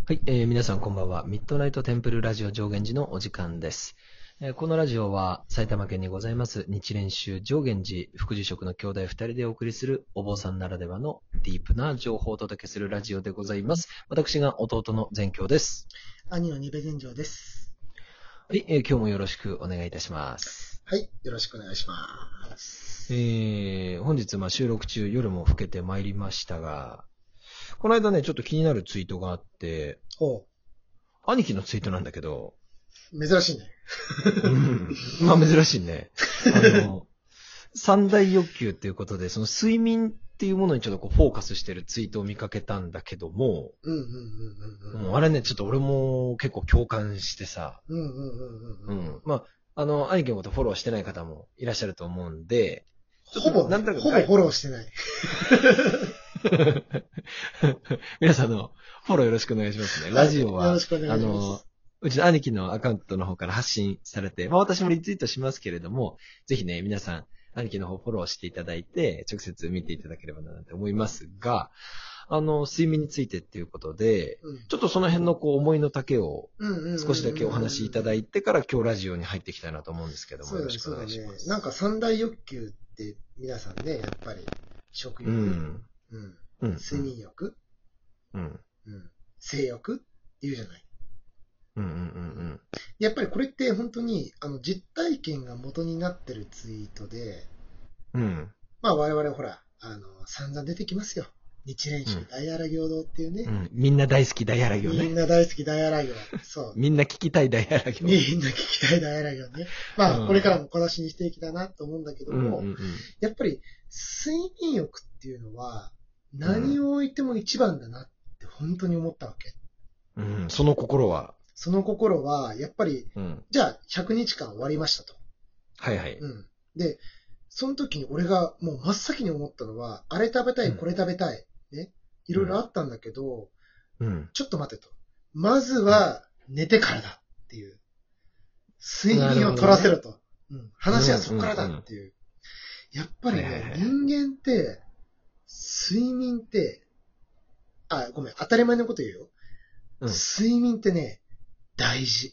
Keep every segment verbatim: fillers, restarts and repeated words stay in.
はい、えー皆さんこんばんは。ミッドナイトテンプルラジオ上元寺のお時間です。えーこのラジオは埼玉県にございます日蓮宗上元寺副住職の兄弟二人でお送りするお坊さんならではのディープな情報をお届けするラジオでございます。私が弟の善教です。 兄の二部禅城です。 はい、えー今日もよろしくお願いいたします。 はい、よろしくお願いします。 えー本日まあ収録中夜も更けてまいりましたが、この間ねちょっと気になるツイートがあって、 ほ兄貴のツイートなんだけど、 う、珍しいね。 うん、まあ珍しいね。あの、三大欲求っていうことで、その睡眠っていうものにちょっとこうフォーカスしてるツイートを見かけたんだけども、 うんうんうんうんうん。 うん、あれね、ちょっと俺も結構共感してさ、 うんうんうんうんうん。 うん。まあ、あの、兄貴のことフォローしてない方もいらっしゃると思うんで、 ほぼ、 なんとなくほぼフォローしてない。 皆さんのフォローよろしくお願いしますね。ラジオは、 よろしくお願いします。 あの、うちの兄貴のアカウントの方から発信されて、まあ私もリツイートしますけれども、ぜひね、皆さん、兄貴の方フォローしていただいて、直接見ていただければなと思いますが、あの、睡眠についてっていうことで、 うんちょっとその辺のこう思いの丈をうんうんうんうんうん少しだけお話しいただいてから今日ラジオに入っていきたいなと思うんですけども、 そうだね、 よろしくおそうだね願いします。。 なんか三大欲求って皆さんね、やっぱり食欲、 うん。 うんうん。 睡眠欲、 うん。 うん、性欲って言うじゃない。 うんうんうんやっぱりこれって本当にあの実体験が元になってるツイートで、 うん。うん。 まあ我々ほら、あの、散々出てきますよ。日蓮宗大荒行堂っていうね、 うん。みんな大好き大荒行ね。 みんな大好き大荒行。そう。 みんな聞きたい大荒行。 みんな聞きたい大荒行ね。まあ、 うんこれからも小出しにしていきたいなと思うんだけども、 うんうんやっぱり睡眠欲っていうのは何を置いても一番だなって本当に思ったわけ。 うん。うん。その心は。 その心は、やっぱり、 うん。 じゃあひゃくにちかん終わりましたと。 はいはい。 うん。で、その時に俺がもう真っ先に思ったのは、あれ食べたい、 うんこれ食べたい。ね。いろいろあったんだけど、 うん。 ちょっと待てと。まずは寝てからだっていう。睡眠を取らせろと。うん、話はそこからだっていう。やっぱりね、人間って、睡眠って、あ、ごめん、当たり前のこと言うよ。 うん。 睡眠ってね、大事。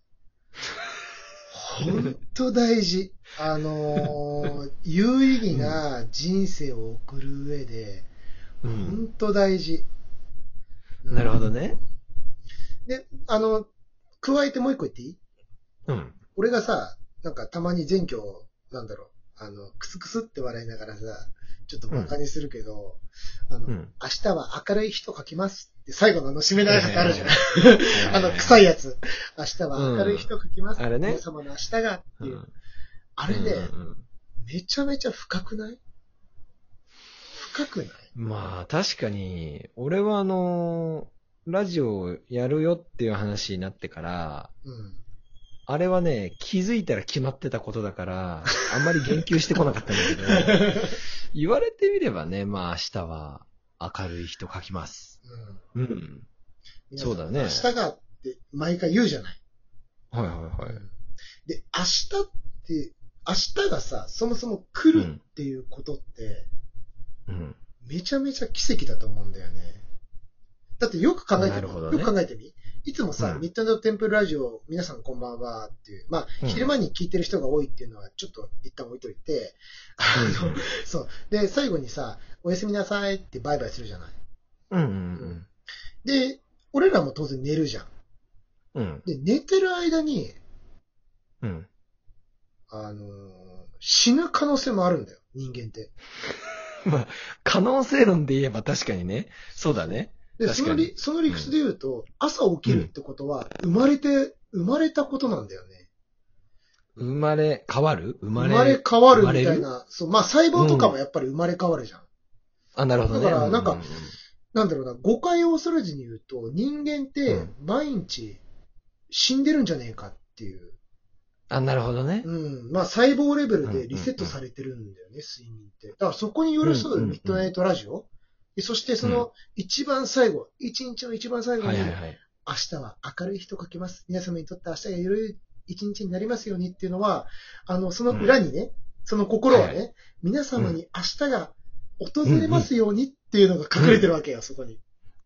ほんと大事。あのー、有意義な人生を送る上で、ほうん。 んと大事。うんなるほどね。 で、あの、加えてもう一個言っていい？ うん。 俺がさ、なんかたまに前居、なんだろう、あの、クスクスって笑いながらさ、ちょっとバカにするけど、あの、 うん明日は明るい日と書きますって最後のあの締めの挨拶あるじゃん。 はいあの、臭いやつ。明日は明るい日と書きます。 うんあれね皆様の明日がっていう。 うん。 あれね、 うんうんめちゃめちゃ深くない？深くない？ まあ確かに、俺はあの、ラジオやるよっていう話になってから、 うん。 あれはね、気づいたら決まってたことだから、あんまり言及してこなかったんだけど、言われてみればね、まあ明日は明るい日と書きます。 うん。 うん。 皆さんそうだね明日がって毎回言うじゃない。 はいはいはい。 で、明日って、明日がさ、そもそも来るっていうことって、 うん。 めちゃめちゃ奇跡だと思うんだよね。だってよく考えてみ、 なるほどねよく考えてみ。いつもさ、 うんミッドナイトテンプルラジオ、皆さんこんばんはっていう、まあ、 うん昼間に聞いてる人が多いっていうのはちょっと一旦置いといて、あの、 うんそう。で、最後にさ、おやすみなさいってバイバイするじゃない。 うんうんで、俺らも当然寝るじゃん。 うん。うん。 で、寝てる間に、 うん。 あのー死ぬ可能性もあるんだよ、人間って。 まあ、可能性論で言えば確かにね。そうだね。 で、 確かにその理、その理屈で言うと、朝起きるってことは、生まれて、生まれたことなんだよね。 生まれ変わる生まれ。 生まれ変わるみた生まれるいな。そう、まあ細胞とかもやっぱり生まれ変わるじゃん。 あ、なるほどね。 だからなんかううなんだろうな、誤解を恐れずに言うと、人間ってうん毎日死んでるんじゃねえかっていう。 あ、なるほどね。 うん。まあ細胞レベルでリセットされてるんだよね、睡眠って。だからそこに寄り添うミッドナイトラジオ。でそしてその一番最後、一日の一番最後に、 はいはいはい。 明日は明るい日と書きます。皆様にとって明日がより一日になりますようにっていうのは、あの、その裏にね、その心はね、 はいは皆様に明日が訪れますようにっていうのが隠れてるわけよ、そこに。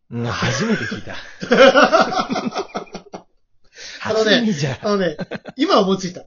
うん、初めて聞いた。 あのね初耳じゃ。 あのね、今思いついた。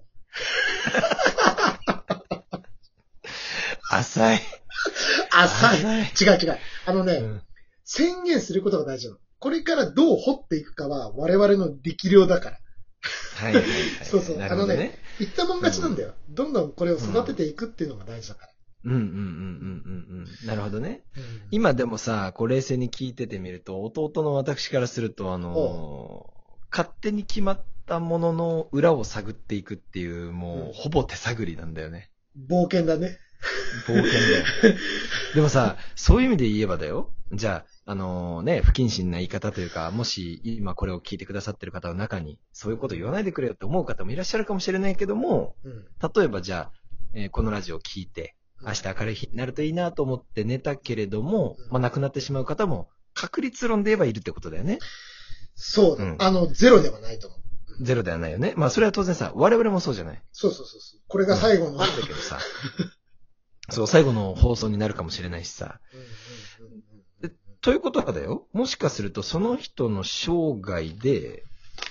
浅い。 浅い。 浅い。 違う違う。あのね、 うん宣言することが大事なの。これからどう掘っていくかは我々の力量だから。 はいはいはい。 そうそうなるほどね。 言ったもん勝ちなんだよ。どんどんこれを育てていくっていうのが大事だから。 うんうんうんうんうんうん。なるほどね。 うん今でもさ、こう冷静に聞いててみると、弟の私からすると、あのー勝手に決まったものの裏を探っていくっていう、もう、 うんほぼ手探りなんだよね。 冒険だね。 冒険だよ。でもさ、そういう意味で言えばだよ。じゃあ、あのーね、不謹慎な言い方というか、もし今これを聞いてくださってる方の中に、そういうこと言わないでくれよって思う方もいらっしゃるかもしれないけども、 うん例えばじゃあ、えーこのラジオを聞いて、明日明るい日になるといいなと思って寝たけれども、 うんまあ亡くなってしまう方も、確率論で言えばいるってことだよね。 そうだ、 うんあの、ゼロではないと思う。 ゼロではないよね。まあそれは当然さ、我々もそうじゃない。 そうそうそうそう。これが最後の。 なんだけどさ、そう、最後の放送になるかもしれないしさ。 うんうんうんうんということはだよ、もしかするとその人の生涯で、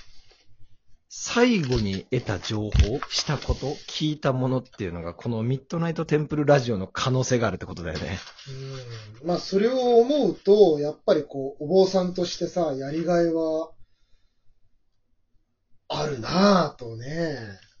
最後に得た情報、したこと、聞いたものっていうのが、このミッドナイトテンプルラジオの可能性があるってことだよね。 うんまあ、それを思うと、やっぱりこう、お坊さんとしてさ、やりがいは、あるなぁとね。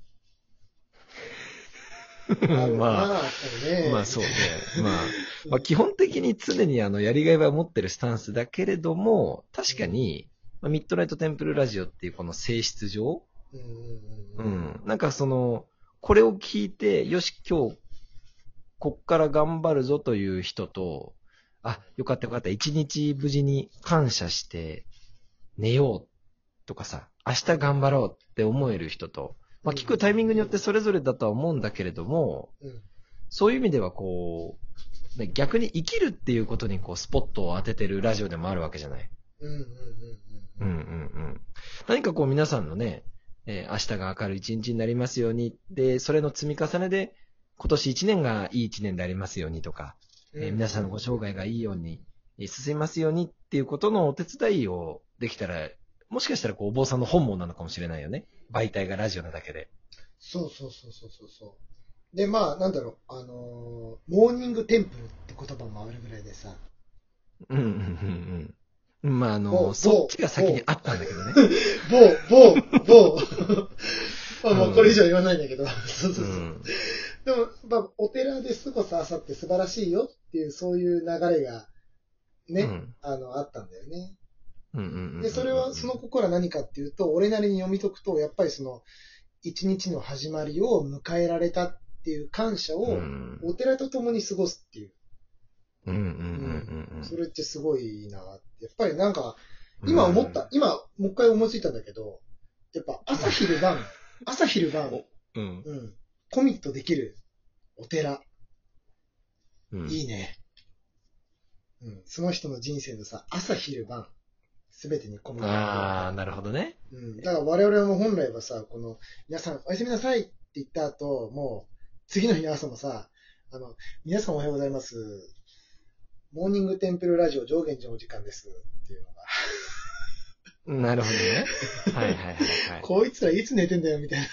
あるなまあ、 ぁとね。 まあそうね。まあ、まあ基本的に常にあの、やりがいは持ってるスタンスだけれども、確かに、まあ、ミッドナイトテンプルラジオっていうこの性質上、 うんうんううんん。なんかその、これを聞いて、よし、今日、こっから頑張るぞという人と、あ、よかったよかった、一日無事に感謝して寝ようとかさ、明日頑張ろうって思える人と、まあ聞くタイミングによってそれぞれだとは思うんだけれども、 うんそういう意味ではこう、ね逆に生きるっていうことにこうスポットを当ててるラジオでもあるわけじゃない。 うんうんうんうんうんうん。何かこう皆さんのね、えー明日が明るい一日になりますように、で、それの積み重ねで、今年一年がいい一年でありますようにとか、 うんえー皆さんのご生涯がいいように、えー進みますようにっていうことのお手伝いをできたら、もしかしたらこうお坊さんの本望なのかもしれないよね。媒体がラジオなだけで。 そうそうそうそうそうそう。で、まあ、なんだろう、あのーモーニングテンプルって言葉もあるぐらいでさ、 うんうんうんうん。まああ某の、そっちが先にあったんだけどね。 某、某、某、まあもうこれ以上言わないんだけど、そうそうそう。 うんでも、まあ、お寺で過ごす朝って素晴らしいよっていう、そういう流れが、ね、 うんあの、あったんだよね。 うんうんうんうん。 で、それは、その心は何かっていうと、俺なりに読み解くと、やっぱりその、一日の始まりを迎えられたっていう感謝を、 うんお寺と共に過ごすっていう。 うんうんうんうんそれってすごいなって。やっぱりなんか、今思った、今、もう一回思いついたんだけど、やっぱ朝昼晩、朝昼晩、 うんうん、コミットできるお寺、 うん。 いいね。うん、その人の人生のさ、朝昼晩、すべてにコミットできる。 ああ、なるほどね。 うん、だから我々も本来はさ、この、皆さんおやすみなさいって言った後、もう、次の日の朝もさ、あの、皆さんおはようございます。モーニングテンプルラジオ上限寺のお時間ですっていうのが。 なるほどね。はいはいはいはい。 こいつらいつ寝てんだよみたいな。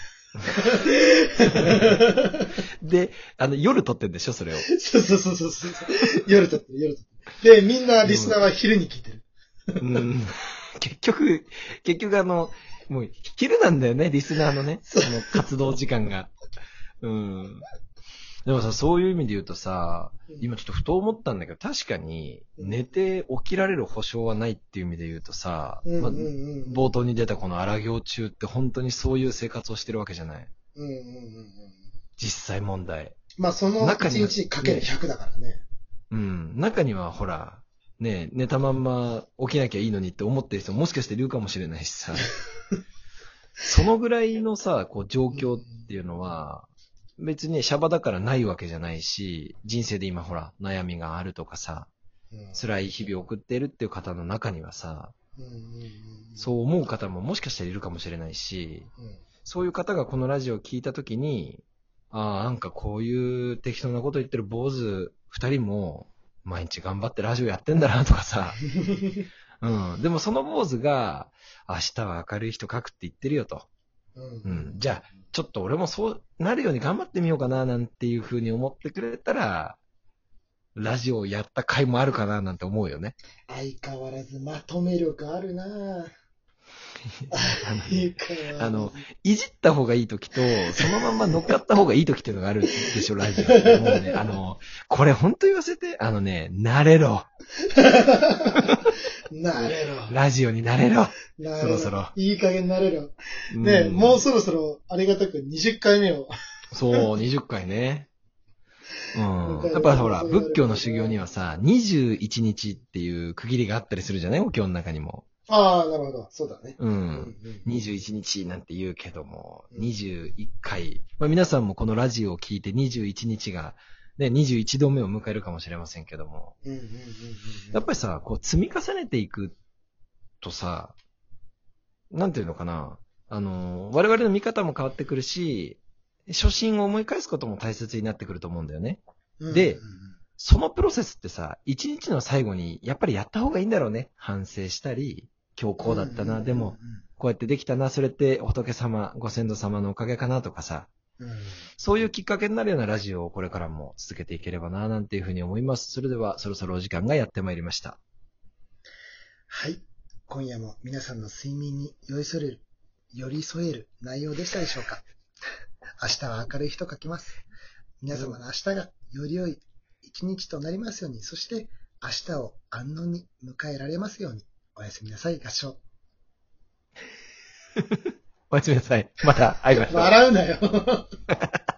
で、あの、夜撮ってんでしょ、それを。 そうそうそうそうそう。夜とってる、夜とってる。で、みんなリスナーは昼に聞いてる。 うん。結局、結局あの、もう昼なんだよね、リスナーのね、その活動時間が。うん。でもさ、そういう意味で言うとさ、今ちょっとふと思ったんだけど、確かに寝て起きられる保証はないっていう意味で言うとさ、 うんうんまあうん。 冒頭に出たこの荒行中って本当にそういう生活をしてるわけじゃない。 うんうんうんうん。 実際問題。 まあその中にいちにちかけるひゃくだからね。 うん。中にはほら、ね、寝たまんま起きなきゃいいのにって思ってる人ももしかしているかもしれないしさ。そのぐらいのさ、こう状況っていうのは、別にシャバだからないわけじゃないし、人生で今ほら、悩みがあるとかさ、 うん辛い日々を送っているっていう方の中にはさ、 うんうんうんそう思う方ももしかしたらいるかもしれないし、 うんそういう方がこのラジオを聞いたときに、ああ、なんかこういう適当なこと言ってる坊主二人も、毎日頑張ってラジオやってんだなとかさ、 うん。でもその坊主が、明日は明るい人書くって言ってるよと。 うん。 うん。じゃあ、ちょっと俺もそうなるように頑張ってみようかな、なんていう風に思ってくれたら、ラジオをやった回もあるかな、なんて思うよね。 相変わらずまとめ力あるなぁ。 あの、いじった方がいい時と、そのまんま乗っかった方がいい時っていうのがあるでしょ、ラジオって。もうね、あの、これ本当言わせて、あのね、慣れろ。 慣れろ。 ラジオに慣れろ。 慣れろそろそろ。 いい加減慣れろ。 うんね、もうそろそろありがたくにじゅっかいめを。 そう、にじゅっかいね。うん。やっぱほら、仏教の修行にはさ、にじゅういちにちっていう区切りがあったりするじゃないお経の中にも。 ああ、なるほど。そうだね。 うん。にじゅういちにちなんて言うけども、にじゅういっかい。まあ、皆さんもこのラジオを聞いてにじゅういちにちが、ね、にじゅういちどめを迎えるかもしれませんけども。 うんうんうんうん、 やっぱりさ、こう積み重ねていくとさ、なんていうのかな。あの、我々の見方も変わってくるし、初心を思い返すことも大切になってくると思うんだよね。で、 うんうんうん、 そのプロセスってさ、一日の最後にやっぱりやった方がいいんだろうね。反省したり、今日こうだったな、 うんうんうんうん、 でも、こうやってできたな、それって仏様、ご先祖様のおかげかなとかさ、 うん、 そういうきっかけになるようなラジオをこれからも続けていければな、なんていうふうに思います。それでは、そろそろお時間がやってまいりました。 はい。今夜も皆さんの睡眠に寄り添える、寄り添える内容でしたでしょうか。明日は明るい日と書きます。皆様の明日がより良い一日となりますように、そして明日を安穏に迎えられますように。おやすみなさい、合唱。 おやすみなさい。また会いましょう。 笑うなよ。